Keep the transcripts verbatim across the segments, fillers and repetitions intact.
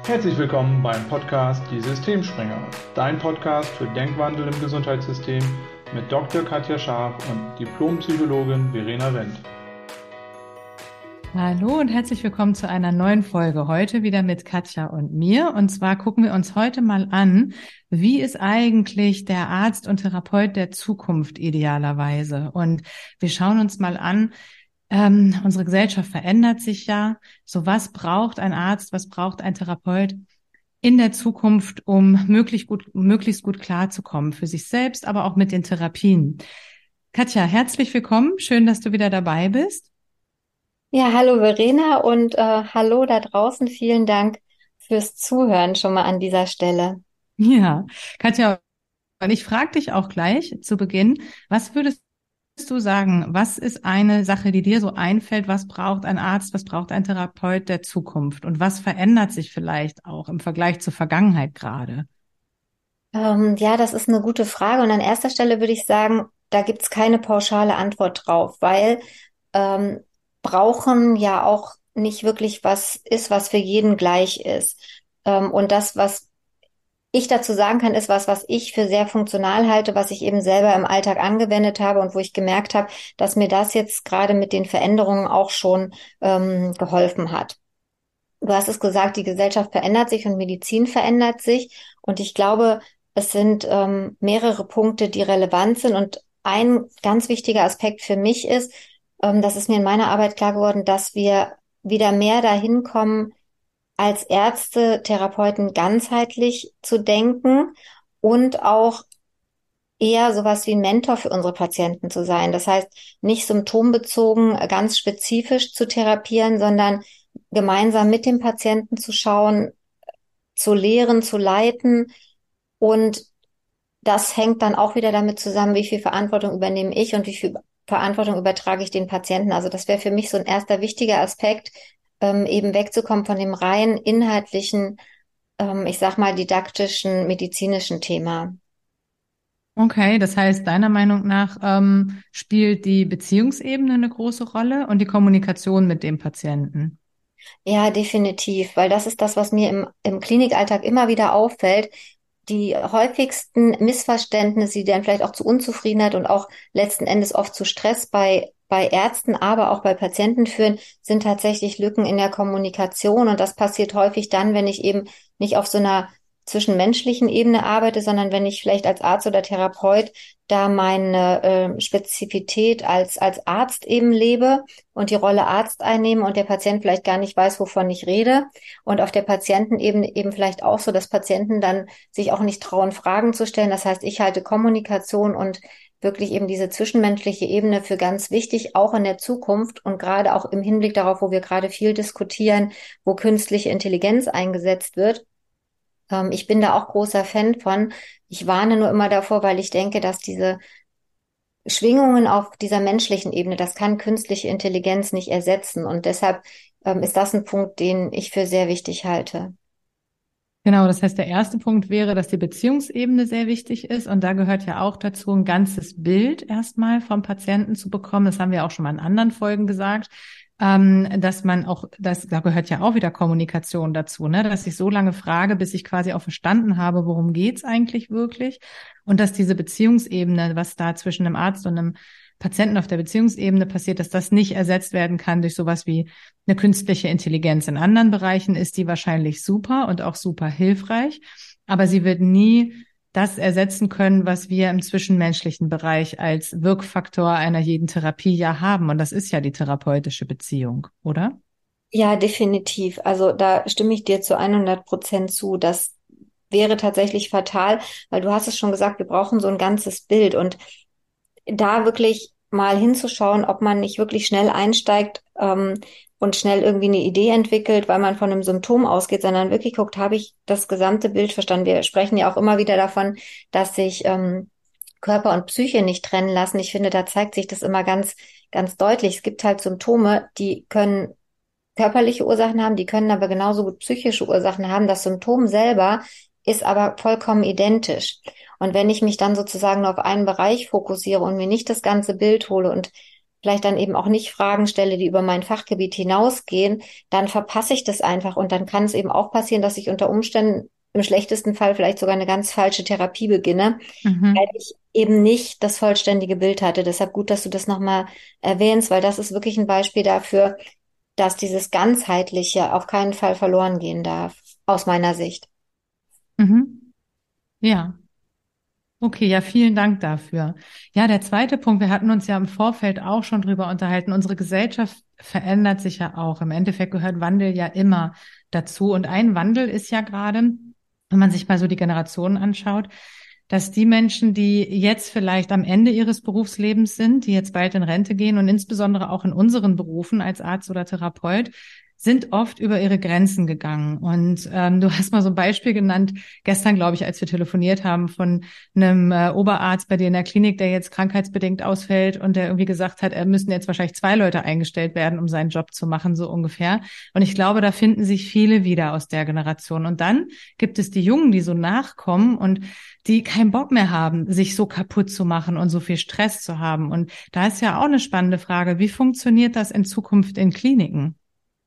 Herzlich willkommen beim Podcast Die Systemspringer, dein Podcast für Denkwandel im Gesundheitssystem mit Doktor Katja Scharf und Diplompsychologin Verena Wendt. Hallo und herzlich willkommen zu einer neuen Folge. Heute wieder mit Katja und mir. Und zwar gucken wir uns heute mal an, wie ist eigentlich der Arzt und Therapeut der Zukunft idealerweise? Und wir schauen uns mal an, ähm, unsere Gesellschaft verändert sich ja. So, was braucht ein Arzt, was braucht ein Therapeut in der Zukunft, um möglichst gut, möglichst gut klarzukommen für sich selbst, aber auch mit den Therapien? Katja, herzlich willkommen. Schön, dass du wieder dabei bist. Ja, hallo Verena und äh, hallo da draußen. Vielen Dank fürs Zuhören schon mal an dieser Stelle. Ja, Katja, und ich frage dich auch gleich zu Beginn, was würdest du sagen, was ist eine Sache, die dir so einfällt, was braucht ein Arzt, was braucht ein Therapeut der Zukunft und was verändert sich vielleicht auch im Vergleich zur Vergangenheit gerade? Ähm, ja, das ist eine gute Frage und an erster Stelle würde ich sagen, da gibt's keine pauschale Antwort drauf, weil ähm, brauchen ja auch nicht wirklich was ist, was für jeden gleich ist. Ähm, und das, was ich dazu sagen kann, ist was, was ich für sehr funktional halte, was ich eben selber im Alltag angewendet habe und wo ich gemerkt habe, dass mir das jetzt gerade mit den Veränderungen auch schon ähm, geholfen hat. Du hast es gesagt, die Gesellschaft verändert sich und Medizin verändert sich. Und ich glaube, es sind ähm, mehrere Punkte, die relevant sind. Und ein ganz wichtiger Aspekt für mich ist, ähm, das ist mir in meiner Arbeit klar geworden, dass wir wieder mehr dahin kommen, als Ärzte, Therapeuten ganzheitlich zu denken und auch eher sowas wie ein Mentor für unsere Patienten zu sein. Das heißt, nicht symptombezogen äh, ganz spezifisch zu therapieren, sondern gemeinsam mit dem Patienten zu schauen, zu lehren, zu leiten. Und das hängt dann auch wieder damit zusammen, wie viel Verantwortung übernehme ich und wie viel Verantwortung übertrage ich den Patienten. Also das wäre für mich so ein erster wichtiger Aspekt, ähm, eben wegzukommen von dem rein inhaltlichen, ähm, ich sag mal, didaktischen, medizinischen Thema. Okay, das heißt, deiner Meinung nach ähm, spielt die Beziehungsebene eine große Rolle und die Kommunikation mit dem Patienten. Ja, definitiv, weil das ist das, was mir im, im Klinikalltag immer wieder auffällt. Die häufigsten Missverständnisse, die dann vielleicht auch zu Unzufriedenheit und auch letzten Endes oft zu Stress bei, bei Ärzten, aber auch bei Patienten führen, sind tatsächlich Lücken in der Kommunikation. Und das passiert häufig dann, wenn ich eben nicht auf so einer zwischenmenschlichen Ebene arbeite, sondern wenn ich vielleicht als Arzt oder Therapeut da meine äh, Spezifität als, als Arzt eben lebe und die Rolle Arzt einnehme und der Patient vielleicht gar nicht weiß, wovon ich rede. Und auf der Patientenebene eben vielleicht auch so, dass Patienten dann sich auch nicht trauen, Fragen zu stellen. Das heißt, ich halte Kommunikation und wirklich eben diese zwischenmenschliche Ebene für ganz wichtig, auch in der Zukunft und gerade auch im Hinblick darauf, wo wir gerade viel diskutieren, wo künstliche Intelligenz eingesetzt wird. Ähm, ich bin da auch großer Fan von. Ich warne nur immer davor, weil ich denke, dass diese Schwingungen auf dieser menschlichen Ebene, das kann künstliche Intelligenz nicht ersetzen. Und deshalb ähm, ist das ein Punkt, den ich für sehr wichtig halte. Genau, das heißt, der erste Punkt wäre, dass die Beziehungsebene sehr wichtig ist. Und da gehört ja auch dazu, ein ganzes Bild erstmal vom Patienten zu bekommen. Das haben wir auch schon mal in anderen Folgen gesagt, ähm, dass man auch, das, da gehört ja auch wieder Kommunikation dazu, ne? Dass ich so lange frage, bis ich quasi auch verstanden habe, worum geht's eigentlich wirklich. Und dass diese Beziehungsebene, was da zwischen einem Arzt und einem Patienten auf der Beziehungsebene passiert, dass das nicht ersetzt werden kann durch sowas wie eine künstliche Intelligenz. In anderen Bereichen ist die wahrscheinlich super und auch super hilfreich, aber sie wird nie das ersetzen können, was wir im zwischenmenschlichen Bereich als Wirkfaktor einer jeden Therapie ja haben. Und das ist ja die therapeutische Beziehung, oder? Ja, definitiv. Also da stimme ich dir zu hundert Prozent zu. Das wäre tatsächlich fatal, weil du hast es schon gesagt, wir brauchen so ein ganzes Bild und da wirklich mal hinzuschauen, ob man nicht wirklich schnell einsteigt ähm, und schnell irgendwie eine Idee entwickelt, weil man von einem Symptom ausgeht, sondern wirklich guckt, habe ich das gesamte Bild verstanden. Wir sprechen ja auch immer wieder davon, dass sich ähm, Körper und Psyche nicht trennen lassen. Ich finde, da zeigt sich das immer ganz, ganz deutlich. Es gibt halt Symptome, die können körperliche Ursachen haben, die können aber genauso gut psychische Ursachen haben. Das Symptom selber ist aber vollkommen identisch. Und wenn ich mich dann sozusagen nur auf einen Bereich fokussiere und mir nicht das ganze Bild hole und vielleicht dann eben auch nicht Fragen stelle, die über mein Fachgebiet hinausgehen, dann verpasse ich das einfach und dann kann es eben auch passieren, dass ich unter Umständen im schlechtesten Fall vielleicht sogar eine ganz falsche Therapie beginne, weil Mhm. ich eben nicht das vollständige Bild hatte. Deshalb gut, dass du das nochmal erwähnst, weil das ist wirklich ein Beispiel dafür, dass dieses Ganzheitliche auf keinen Fall verloren gehen darf, aus meiner Sicht. Mhm. Ja. Okay, ja, vielen Dank dafür. Ja, der zweite Punkt, wir hatten uns ja im Vorfeld auch schon drüber unterhalten. Unsere Gesellschaft verändert sich ja auch. Im Endeffekt gehört Wandel ja immer dazu. Und ein Wandel ist ja gerade, wenn man sich mal so die Generationen anschaut, dass die Menschen, die jetzt vielleicht am Ende ihres Berufslebens sind, die jetzt bald in Rente gehen und insbesondere auch in unseren Berufen als Arzt oder Therapeut, sind oft über ihre Grenzen gegangen. Und ähm, du hast mal so ein Beispiel genannt, gestern, glaube ich, als wir telefoniert haben, von einem äh, Oberarzt bei dir in der Klinik, der jetzt krankheitsbedingt ausfällt und der irgendwie gesagt hat, er müssen jetzt wahrscheinlich zwei Leute eingestellt werden, um seinen Job zu machen, so ungefähr. Und ich glaube, da finden sich viele wieder aus der Generation. Und dann gibt es die Jungen, die so nachkommen und die keinen Bock mehr haben, sich so kaputt zu machen und so viel Stress zu haben. Und da ist ja auch eine spannende Frage, wie funktioniert das in Zukunft in Kliniken?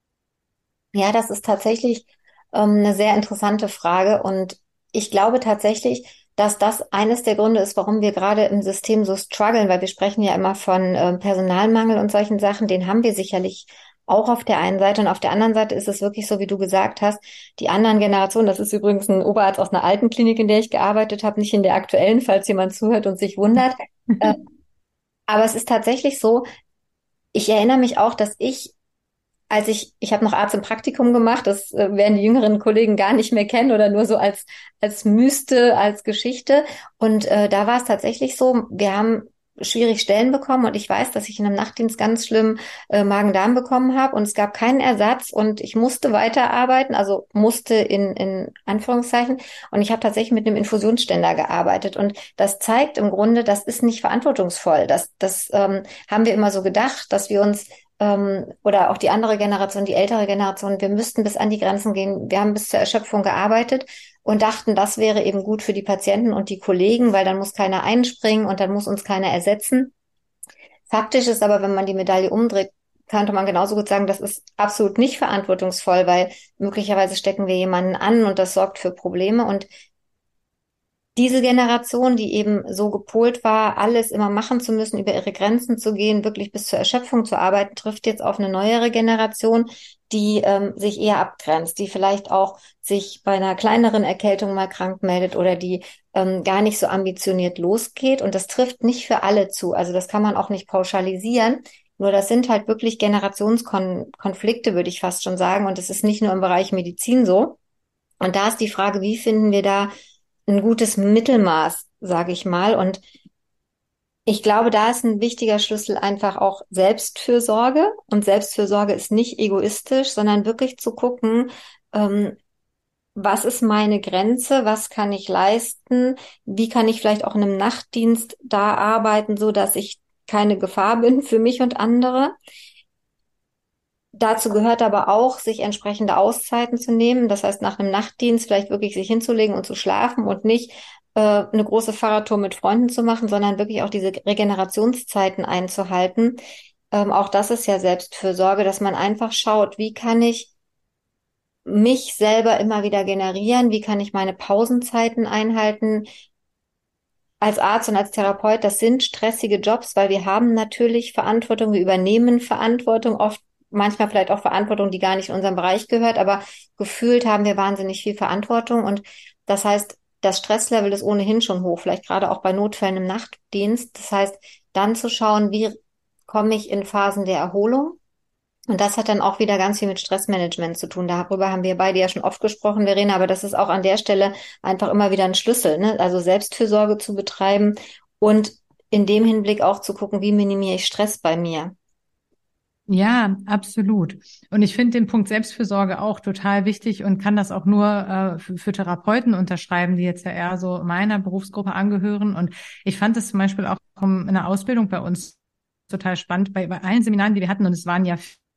Ja, das ist tatsächlich ähm, eine sehr interessante Frage und ich glaube tatsächlich, dass das eines der Gründe ist, warum wir gerade im System so strugglen, weil wir sprechen ja immer von ähm, Personalmangel und solchen Sachen, den haben wir sicherlich auch auf der einen Seite und auf der anderen Seite ist es wirklich so, wie du gesagt hast, die anderen Generationen, das ist übrigens ein Oberarzt aus einer alten Klinik, in der ich gearbeitet habe, nicht in der aktuellen, falls jemand zuhört und sich wundert. Äh, aber es ist tatsächlich so, ich erinnere mich auch, dass ich als ich, ich habe noch Arzt im Praktikum gemacht, das äh, werden die jüngeren Kollegen gar nicht mehr kennen oder nur so als, als Myste, als Geschichte. Und äh, da war es tatsächlich so, wir haben schwierig Stellen bekommen und ich weiß, dass ich in einem Nachtdienst ganz schlimm äh, Magen-Darm bekommen habe und es gab keinen Ersatz und ich musste weiterarbeiten, also musste in, in Anführungszeichen und ich habe tatsächlich mit einem Infusionsständer gearbeitet und das zeigt im Grunde, das ist nicht verantwortungsvoll. Das, das ähm, haben wir immer so gedacht, dass wir uns ähm, oder auch die andere Generation, die ältere Generation, wir müssten bis an die Grenzen gehen. Wir haben bis zur Erschöpfung gearbeitet und dachten, das wäre eben gut für die Patienten und die Kollegen, weil dann muss keiner einspringen und dann muss uns keiner ersetzen. Faktisch ist aber, wenn man die Medaille umdreht, könnte man genauso gut sagen, das ist absolut nicht verantwortungsvoll, weil möglicherweise stecken wir jemanden an und das sorgt für Probleme und diese Generation, die eben so gepolt war, alles immer machen zu müssen, über ihre Grenzen zu gehen, wirklich bis zur Erschöpfung zu arbeiten, trifft jetzt auf eine neuere Generation, die ähm, sich eher abgrenzt, die vielleicht auch sich bei einer kleineren Erkältung mal krank meldet oder die ähm, gar nicht so ambitioniert losgeht. Und das trifft nicht für alle zu. Also das kann man auch nicht pauschalisieren. Nur das sind halt wirklich Generationskonflikte, würde ich fast schon sagen. Und das ist nicht nur im Bereich Medizin so. Und da ist die Frage, wie finden wir da ein gutes Mittelmaß, sage ich mal. Und ich glaube, da ist ein wichtiger Schlüssel einfach auch Selbstfürsorge. Und Selbstfürsorge ist nicht egoistisch, sondern wirklich zu gucken, ähm, was ist meine Grenze, was kann ich leisten, wie kann ich vielleicht auch in einem Nachtdienst da arbeiten, so dass ich keine Gefahr bin für mich und andere. Dazu gehört aber auch, sich entsprechende Auszeiten zu nehmen. Das heißt, nach einem Nachtdienst vielleicht wirklich sich hinzulegen und zu schlafen und nicht äh, eine große Fahrradtour mit Freunden zu machen, sondern wirklich auch diese Regenerationszeiten einzuhalten. Ähm, auch das ist ja Selbstfürsorge, dass man einfach schaut, wie kann ich mich selber immer wieder generieren, wie kann ich meine Pausenzeiten einhalten. Als Arzt und als Therapeut, das sind stressige Jobs, weil wir haben natürlich Verantwortung, wir übernehmen Verantwortung, oft manchmal vielleicht auch Verantwortung, die gar nicht in unserem Bereich gehört, aber gefühlt haben wir wahnsinnig viel Verantwortung und das heißt, das Stresslevel ist ohnehin schon hoch, vielleicht gerade auch bei Notfällen im Nachtdienst. Das heißt, dann zu schauen, wie komme ich in Phasen der Erholung? Und das hat dann auch wieder ganz viel mit Stressmanagement zu tun. Darüber haben wir beide ja schon oft gesprochen, Verena, aber das ist auch an der Stelle einfach immer wieder ein Schlüssel, ne? Also Selbstfürsorge zu betreiben und in dem Hinblick auch zu gucken, wie minimiere ich Stress bei mir. Ja, absolut. Und ich finde den Punkt Selbstfürsorge auch total wichtig und kann das auch nur äh, für, für Therapeuten unterschreiben, die jetzt ja eher so meiner Berufsgruppe angehören. Und ich fand es zum Beispiel auch in der Ausbildung bei uns total spannend, bei, bei allen Seminaren, die wir hatten, und es waren ja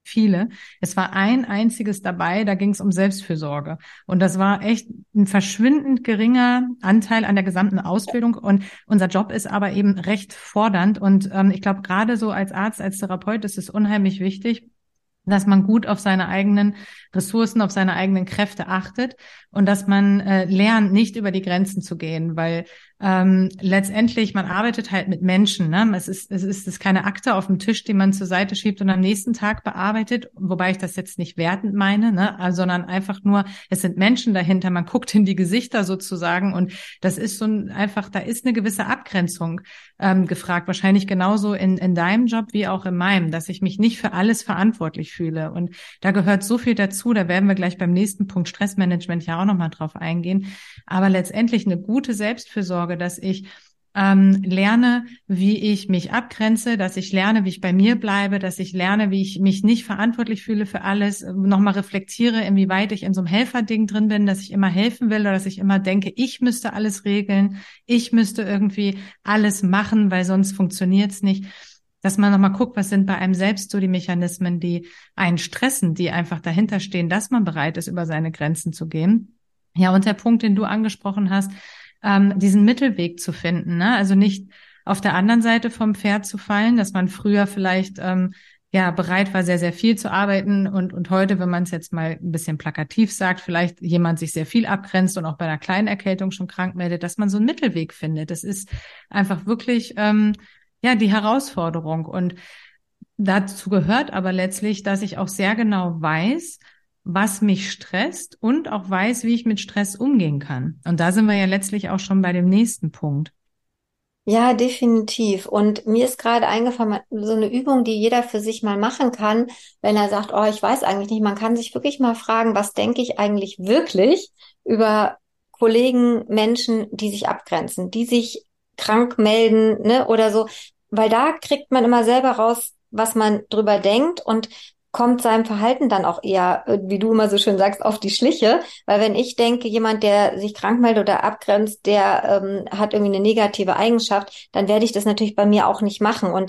viele. Es war ein einziges dabei, da ging es um Selbstfürsorge. Und das war echt ein verschwindend geringer Anteil an der gesamten Ausbildung. Und unser Job ist aber eben recht fordernd. Und ähm, ich glaube, gerade so als Arzt, als Therapeut ist es unheimlich wichtig, dass man gut auf seine eigenen Ressourcen, auf seine eigenen Kräfte achtet und dass man äh, lernt, nicht über die Grenzen zu gehen, weil ähm, letztendlich man arbeitet halt mit Menschen. Ne? Es ist, es ist, es ist keine Akte auf dem Tisch, die man zur Seite schiebt und am nächsten Tag bearbeitet, wobei ich das jetzt nicht wertend meine, ne? sondern einfach nur, es sind Menschen dahinter, man guckt in die Gesichter sozusagen und das ist so ein, einfach, da ist eine gewisse Abgrenzung ähm, gefragt, wahrscheinlich genauso in, in deinem Job wie auch in meinem, dass ich mich nicht für alles verantwortlich fühle und da gehört so viel dazu, da werden wir gleich beim nächsten Punkt Stressmanagement ja auch nochmal drauf eingehen, aber letztendlich eine gute Selbstfürsorge, dass ich ähm, lerne, wie ich mich abgrenze, dass ich lerne, wie ich bei mir bleibe, dass ich lerne, wie ich mich nicht verantwortlich fühle für alles, nochmal reflektiere, inwieweit ich in so einem Helferding drin bin, dass ich immer helfen will oder dass ich immer denke, ich müsste alles regeln, ich müsste irgendwie alles machen, weil sonst funktioniert's nicht. Dass man nochmal guckt, was sind bei einem selbst so die Mechanismen, die einen stressen, die einfach dahinter stehen, dass man bereit ist, über seine Grenzen zu gehen. Ja, und der Punkt, den du angesprochen hast, ähm, diesen Mittelweg zu finden, ne? Also nicht auf der anderen Seite vom Pferd zu fallen, dass man früher vielleicht ähm, ja bereit war, sehr, sehr viel zu arbeiten und und heute, wenn man es jetzt mal ein bisschen plakativ sagt, vielleicht jemand sich sehr viel abgrenzt und auch bei einer kleinen Erkältung schon krank meldet, dass man so einen Mittelweg findet. Das ist einfach wirklich ähm, ja die Herausforderung und dazu gehört aber letztlich, dass ich auch sehr genau weiß, was mich stresst und auch weiß, wie ich mit Stress umgehen kann. Und da sind wir ja letztlich auch schon bei dem nächsten Punkt. Ja, definitiv. Und mir ist gerade eingefallen, so eine Übung, die jeder für sich mal machen kann, wenn er sagt, oh, ich weiß eigentlich nicht. Man kann sich wirklich mal fragen, was denke ich eigentlich wirklich über Kollegen, Menschen, die sich abgrenzen, die sich krank melden, ne, oder so. Weil da kriegt man immer selber raus, was man drüber denkt und kommt seinem Verhalten dann auch eher, äh, wie du immer so schön sagst, auf die Schliche. Weil wenn ich denke, jemand, der sich krank meldet oder abgrenzt, der ähm, hat irgendwie eine negative Eigenschaft, dann werde ich das natürlich bei mir auch nicht machen. Und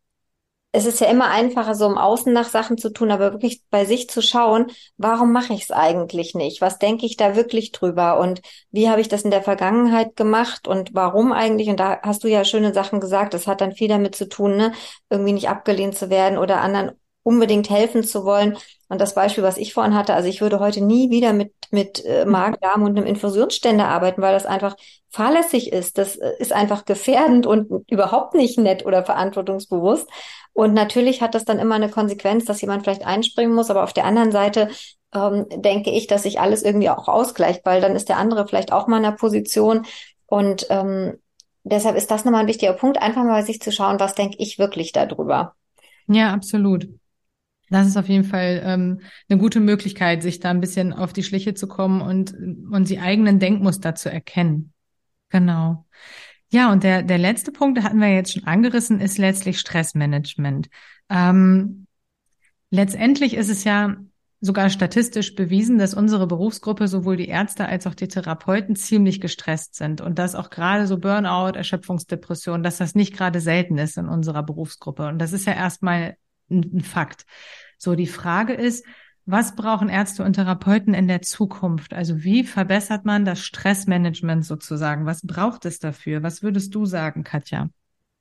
es ist ja immer einfacher, so im Außen nach Sachen zu tun, aber wirklich bei sich zu schauen, warum mache ich es eigentlich nicht? Was denke ich da wirklich drüber? Und wie habe ich das in der Vergangenheit gemacht und warum eigentlich? Und da hast du ja schöne Sachen gesagt. Das hat dann viel damit zu tun, ne, irgendwie nicht abgelehnt zu werden oder anderen unbedingt helfen zu wollen. Und das Beispiel, was ich vorhin hatte, also ich würde heute nie wieder mit mit äh, Magen-Darm und einem Infusionsständer arbeiten, weil das einfach fahrlässig ist. Das äh, ist einfach gefährdend und überhaupt nicht nett oder verantwortungsbewusst. Und natürlich hat das dann immer eine Konsequenz, dass jemand vielleicht einspringen muss. Aber auf der anderen Seite ähm, denke ich, dass sich alles irgendwie auch ausgleicht, weil dann ist der andere vielleicht auch mal in einer Position. Und ähm, deshalb ist das nochmal ein wichtiger Punkt, einfach mal bei sich zu schauen, was denke ich wirklich darüber. Ja, absolut. Das ist auf jeden Fall ähm, eine gute Möglichkeit, sich da ein bisschen auf die Schliche zu kommen und, und die eigenen Denkmuster zu erkennen. Genau. Ja, und der, der letzte Punkt, den hatten wir jetzt schon angerissen, ist letztlich Stressmanagement. Ähm, letztendlich ist es ja sogar statistisch bewiesen, dass unsere Berufsgruppe, sowohl die Ärzte als auch die Therapeuten, ziemlich gestresst sind und dass auch gerade so Burnout, Erschöpfungsdepression, dass das nicht gerade selten ist in unserer Berufsgruppe. Und das ist ja erstmal ein, ein Fakt. So, die Frage ist, was brauchen Ärzte und Therapeuten in der Zukunft? Also wie verbessert man das Stressmanagement sozusagen? Was braucht es dafür? Was würdest du sagen, Katja?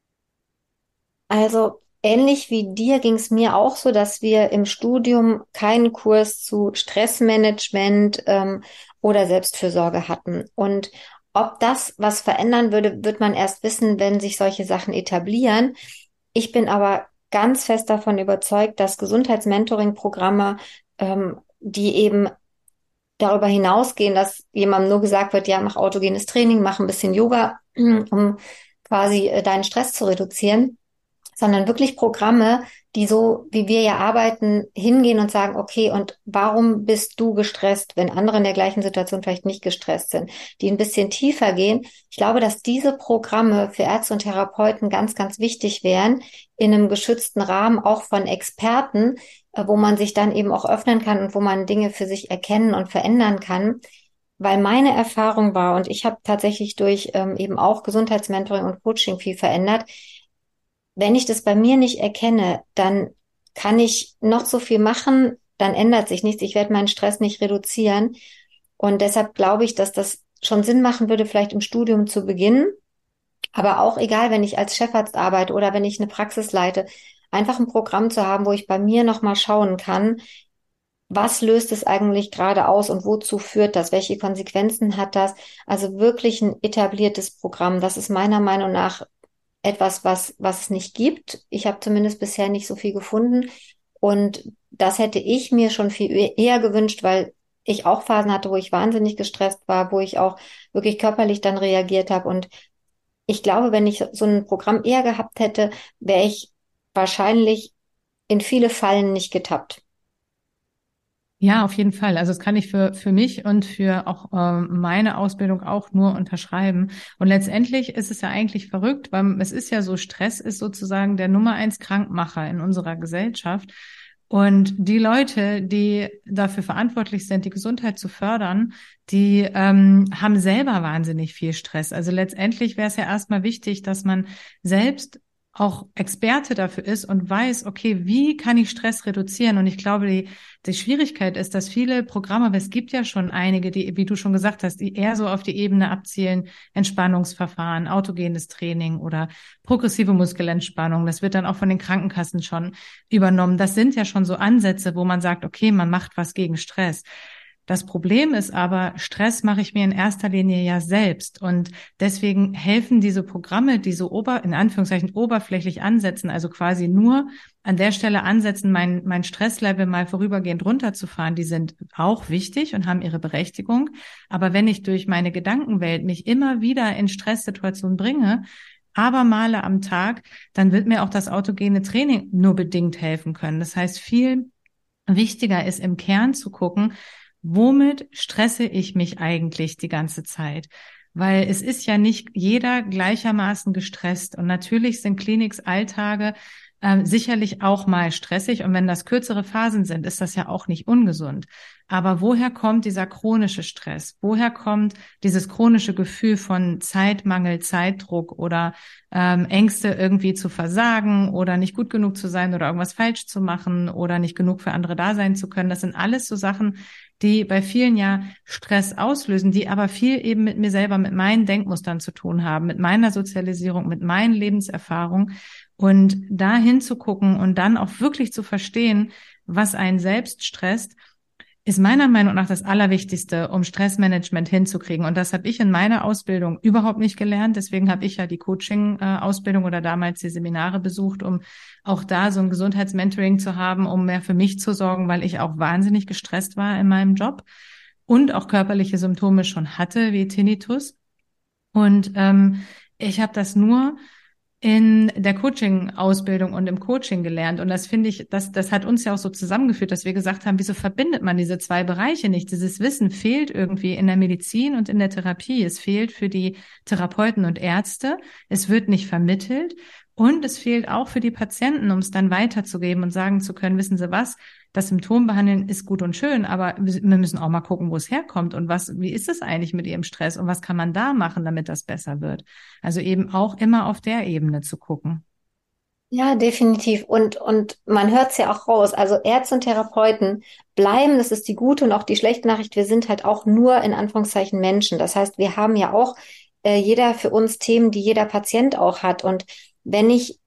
Also ähnlich wie dir ging es mir auch so, dass wir im Studium keinen Kurs zu Stressmanagement ähm, oder Selbstfürsorge hatten. Und ob das was verändern würde, wird man erst wissen, wenn sich solche Sachen etablieren. Ich bin aber ganz fest davon überzeugt, dass Gesundheitsmentoring-Programme, ähm, die eben darüber hinausgehen, dass jemandem nur gesagt wird, ja, mach autogenes Training, mach ein bisschen Yoga, um quasi äh, deinen Stress zu reduzieren, sondern wirklich Programme, die so, wie wir ja arbeiten, hingehen und sagen, okay, und warum bist du gestresst, wenn andere in der gleichen Situation vielleicht nicht gestresst sind, die ein bisschen tiefer gehen. Ich glaube, dass diese Programme für Ärzte und Therapeuten ganz, ganz wichtig wären, in einem geschützten Rahmen, auch von Experten, wo man sich dann eben auch öffnen kann und wo man Dinge für sich erkennen und verändern kann. Weil meine Erfahrung war, und ich habe tatsächlich durch ähm, eben auch Gesundheitsmentoring und Coaching viel verändert, wenn ich das bei mir nicht erkenne, dann kann ich noch so viel machen, dann ändert sich nichts. Ich werde meinen Stress nicht reduzieren. Und deshalb glaube ich, dass das schon Sinn machen würde, vielleicht im Studium zu beginnen. Aber auch egal, wenn ich als Chefarzt arbeite oder wenn ich eine Praxis leite, einfach ein Programm zu haben, wo ich bei mir nochmal schauen kann, was löst es eigentlich gerade aus und wozu führt das? Welche Konsequenzen hat das? Also wirklich ein etabliertes Programm. Das ist meiner Meinung nach etwas, was, was es nicht gibt. Ich habe zumindest bisher nicht so viel gefunden. Und das hätte ich mir schon viel eher gewünscht, weil ich auch Phasen hatte, wo ich wahnsinnig gestresst war, wo ich auch wirklich körperlich dann reagiert habe. Und ich glaube, wenn ich so ein Programm eher gehabt hätte, wäre ich wahrscheinlich in viele Fallen nicht getappt. Ja, auf jeden Fall. Also das kann ich für für mich und für auch ähm, meine Ausbildung auch nur unterschreiben. Und letztendlich ist es ja eigentlich verrückt, weil es ist ja so, Stress ist sozusagen der Nummer eins Krankmacher in unserer Gesellschaft. Und die Leute, die dafür verantwortlich sind, die Gesundheit zu fördern, die ähm, haben selber wahnsinnig viel Stress. Also letztendlich wäre es ja erstmal wichtig, dass man selbst auch Experte dafür ist und weiß, okay, wie kann ich Stress reduzieren? Und ich glaube, die, die Schwierigkeit ist, dass viele Programme, aber es gibt ja schon einige, die, wie du schon gesagt hast, die eher so auf die Ebene abzielen, Entspannungsverfahren, autogenes Training oder progressive Muskelentspannung. Das wird dann auch von den Krankenkassen schon übernommen. Das sind ja schon so Ansätze, wo man sagt, okay, man macht was gegen Stress. Das Problem ist aber, Stress mache ich mir in erster Linie ja selbst. Und deswegen helfen diese Programme, die so ober, in Anführungszeichen oberflächlich ansetzen, also quasi nur an der Stelle ansetzen, mein, mein Stresslevel mal vorübergehend runterzufahren, die sind auch wichtig und haben ihre Berechtigung. Aber wenn ich durch meine Gedankenwelt mich immer wieder in Stresssituationen bringe, abermale am Tag, dann wird mir auch das autogene Training nur bedingt helfen können. Das heißt, viel wichtiger ist im Kern zu gucken, womit stresse ich mich eigentlich die ganze Zeit? Weil es ist ja nicht jeder gleichermaßen gestresst. Und natürlich sind Klinikalltage äh, sicherlich auch mal stressig. Und wenn das kürzere Phasen sind, ist das ja auch nicht ungesund. Aber woher kommt dieser chronische Stress? Woher kommt dieses chronische Gefühl von Zeitmangel, Zeitdruck oder ähm, Ängste irgendwie zu versagen oder nicht gut genug zu sein oder irgendwas falsch zu machen oder nicht genug für andere da sein zu können? Das sind alles so Sachen, die bei vielen ja Stress auslösen, die aber viel eben mit mir selber, mit meinen Denkmustern zu tun haben, mit meiner Sozialisierung, mit meinen Lebenserfahrungen. Und da hinzugucken und dann auch wirklich zu verstehen, was einen selbst stresst, ist meiner Meinung nach das Allerwichtigste, um Stressmanagement hinzukriegen. Und das habe ich in meiner Ausbildung überhaupt nicht gelernt. Deswegen habe ich ja die Coaching-Ausbildung oder damals die Seminare besucht, um auch da so ein Gesundheitsmentoring zu haben, um mehr für mich zu sorgen, weil ich auch wahnsinnig gestresst war in meinem Job und auch körperliche Symptome schon hatte, wie Tinnitus. Und ähm, ich habe das nur in der Coaching-Ausbildung und im Coaching gelernt. Und das finde ich, das, das hat uns ja auch so zusammengeführt, dass wir gesagt haben, wieso verbindet man diese zwei Bereiche nicht? Dieses Wissen fehlt irgendwie in der Medizin und in der Therapie. Es fehlt für die Therapeuten und Ärzte. Es wird nicht vermittelt. Und es fehlt auch für die Patienten, um es dann weiterzugeben und sagen zu können, wissen Sie was, das Symptom behandeln ist gut und schön, aber wir müssen auch mal gucken, wo es herkommt und was, wie ist es eigentlich mit Ihrem Stress und was kann man da machen, damit das besser wird. Also eben auch immer auf der Ebene zu gucken. Ja, definitiv. Und, und man hört es ja auch raus. Also Ärzte und Therapeuten bleiben, das ist die gute und auch die schlechte Nachricht, wir sind halt auch nur in Anführungszeichen Menschen. Das heißt, wir haben ja auch äh, jeder für uns Themen, die jeder Patient auch hat. Und wenn ich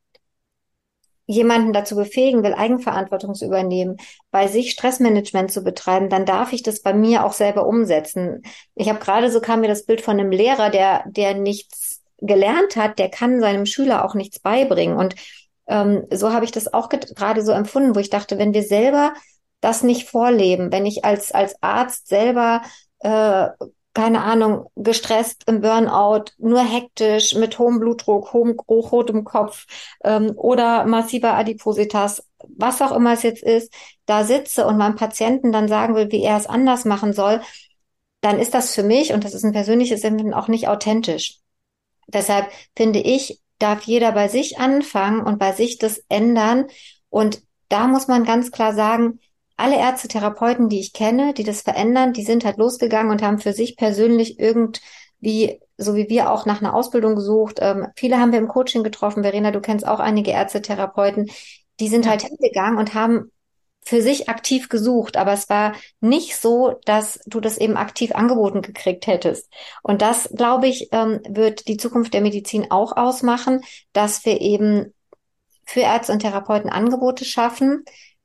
jemanden dazu befähigen will, Eigenverantwortung zu übernehmen, bei sich Stressmanagement zu betreiben, dann darf ich das bei mir auch selber umsetzen. Ich habe gerade, so kam mir das Bild von einem Lehrer, der, der nichts gelernt hat, der kann seinem Schüler auch nichts beibringen. Und ähm, so habe ich das auch gerade so empfunden, wo ich dachte, wenn wir selber das nicht vorleben, wenn ich als, als Arzt selber äh, keine Ahnung, gestresst im Burnout, nur hektisch, mit hohem Blutdruck, hohem, hochrotem Kopf ähm, oder massiver Adipositas, was auch immer es jetzt ist, da sitze und meinem Patienten dann sagen will, wie er es anders machen soll, dann ist das für mich, und das ist ein persönliches Empfinden, auch nicht authentisch. Deshalb finde ich, darf jeder bei sich anfangen und bei sich das ändern. Und da muss man ganz klar sagen, alle Ärzte, Therapeuten, die ich kenne, die das verändern, die sind halt losgegangen und haben für sich persönlich irgendwie, so wie wir auch nach einer Ausbildung gesucht. Ähm, viele haben wir im Coaching getroffen. Verena, du kennst auch einige Ärzte, Therapeuten, die sind Ja. halt hingegangen und haben für sich aktiv gesucht, aber es war nicht so, dass du das eben aktiv angeboten gekriegt hättest. Und das, glaube ich, ähm, wird die Zukunft der Medizin auch ausmachen, dass wir eben für Ärzte und Therapeuten Angebote schaffen,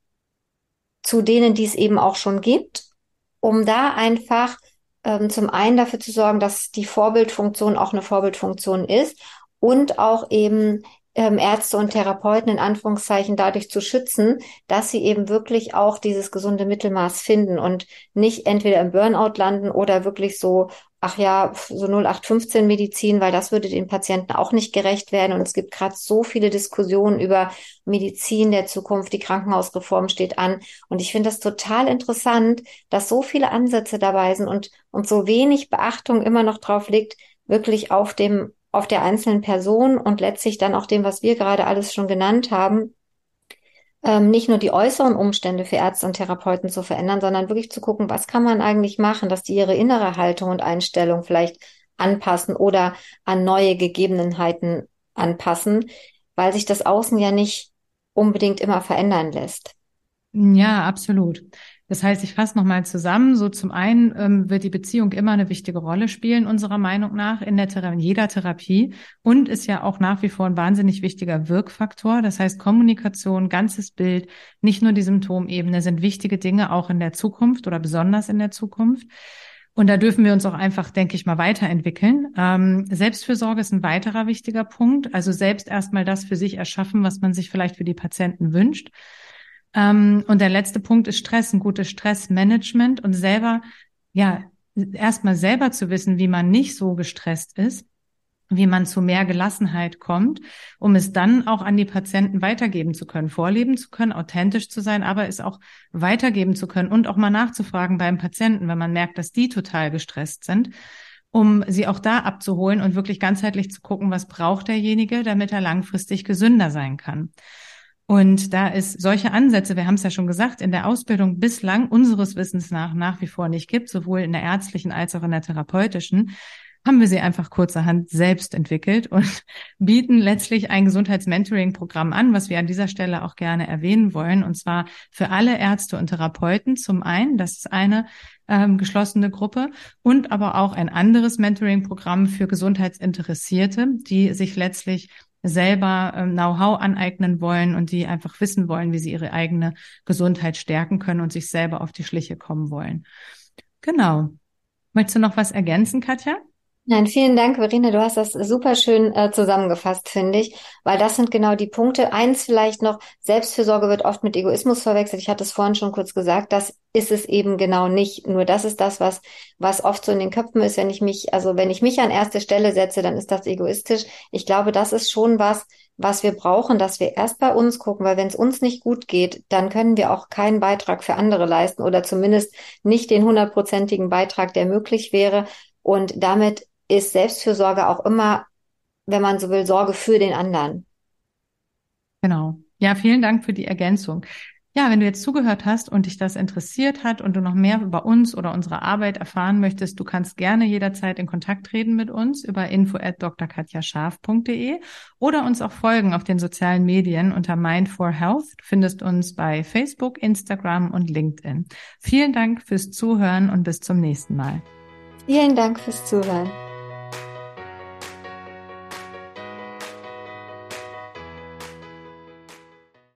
zu denen, die es eben auch schon gibt, um da einfach ähm, zum einen dafür zu sorgen, dass die Vorbildfunktion auch eine Vorbildfunktion ist und auch eben ähm, Ärzte und Therapeuten in Anführungszeichen dadurch zu schützen, dass sie eben wirklich auch dieses gesunde Mittelmaß finden und nicht entweder im Burnout landen oder wirklich so, ach ja, so null acht fünfzehn Medizin, weil das würde den Patienten auch nicht gerecht werden. Und es gibt gerade so viele Diskussionen über Medizin der Zukunft, die Krankenhausreform steht an. Und ich finde das total interessant, dass so viele Ansätze dabei sind und, und so wenig Beachtung immer noch drauf liegt, wirklich auf dem, auf der einzelnen Person und letztlich dann auch dem, was wir gerade alles schon genannt haben, ähm, nicht nur die äußeren Umstände für Ärzte und Therapeuten zu verändern, sondern wirklich zu gucken, was kann man eigentlich machen, dass die ihre innere Haltung und Einstellung vielleicht anpassen oder an neue Gegebenheiten anpassen, weil sich das Außen ja nicht unbedingt immer verändern lässt. Ja, absolut. Das heißt, ich fasse nochmal zusammen. So zum einen ähm, wird die Beziehung immer eine wichtige Rolle spielen, unserer Meinung nach, in der Thera- in jeder Therapie und ist ja auch nach wie vor ein wahnsinnig wichtiger Wirkfaktor. Das heißt, Kommunikation, ganzes Bild, nicht nur die Symptomebene sind wichtige Dinge auch in der Zukunft oder besonders in der Zukunft. Und da dürfen wir uns auch einfach, denke ich mal, weiterentwickeln. Ähm, Selbstfürsorge ist ein weiterer wichtiger Punkt. Also selbst erstmal das für sich erschaffen, was man sich vielleicht für die Patienten wünscht. Ähm, und der letzte Punkt ist Stress, ein gutes Stressmanagement und selber, ja, erstmal selber zu wissen, wie man nicht so gestresst ist, wie man zu mehr Gelassenheit kommt, um es dann auch an die Patienten weitergeben zu können, vorleben zu können, authentisch zu sein, aber es auch weitergeben zu können und auch mal nachzufragen beim Patienten, wenn man merkt, dass die total gestresst sind, um sie auch da abzuholen und wirklich ganzheitlich zu gucken, was braucht derjenige, damit er langfristig gesünder sein kann. Und da ist solche Ansätze, wir haben es ja schon gesagt, in der Ausbildung bislang unseres Wissens nach nach wie vor nicht gibt, sowohl in der ärztlichen als auch in der therapeutischen, haben wir sie einfach kurzerhand selbst entwickelt und bieten letztlich ein Gesundheitsmentoring-Programm an, was wir an dieser Stelle auch gerne erwähnen wollen, und zwar für alle Ärzte und Therapeuten zum einen, das ist eine ähm, geschlossene Gruppe, und aber auch ein anderes Mentoring-Programm für Gesundheitsinteressierte, die sich letztlich selber ähm, Know-how aneignen wollen und die einfach wissen wollen, wie sie ihre eigene Gesundheit stärken können und sich selber auf die Schliche kommen wollen. Genau. Möchtest du noch was ergänzen, Katja? Nein, vielen Dank, Verena. Du hast das super schön äh, zusammengefasst, finde ich, weil das sind genau die Punkte. Eins vielleicht noch, Selbstfürsorge wird oft mit Egoismus verwechselt. Ich hatte es vorhin schon kurz gesagt, das ist es eben genau nicht. Nur das ist das, was, was oft so in den Köpfen ist, wenn ich mich, also wenn ich mich an erste Stelle setze, dann ist das egoistisch. Ich glaube, das ist schon was, was wir brauchen, dass wir erst bei uns gucken, weil wenn es uns nicht gut geht, dann können wir auch keinen Beitrag für andere leisten oder zumindest nicht den hundertprozentigen Beitrag, der möglich wäre. Und damit ist Selbstfürsorge auch immer, wenn man so will, Sorge für den anderen. Genau. Ja, vielen Dank für die Ergänzung. Ja, wenn du jetzt zugehört hast und dich das interessiert hat und du noch mehr über uns oder unsere Arbeit erfahren möchtest, du kannst gerne jederzeit in Kontakt treten mit uns über info at d r katja scharf punkt d e oder uns auch folgen auf den sozialen Medien unter Mind for Health. Du findest uns bei Facebook, Instagram und LinkedIn. Vielen Dank fürs Zuhören und bis zum nächsten Mal. Vielen Dank fürs Zuhören.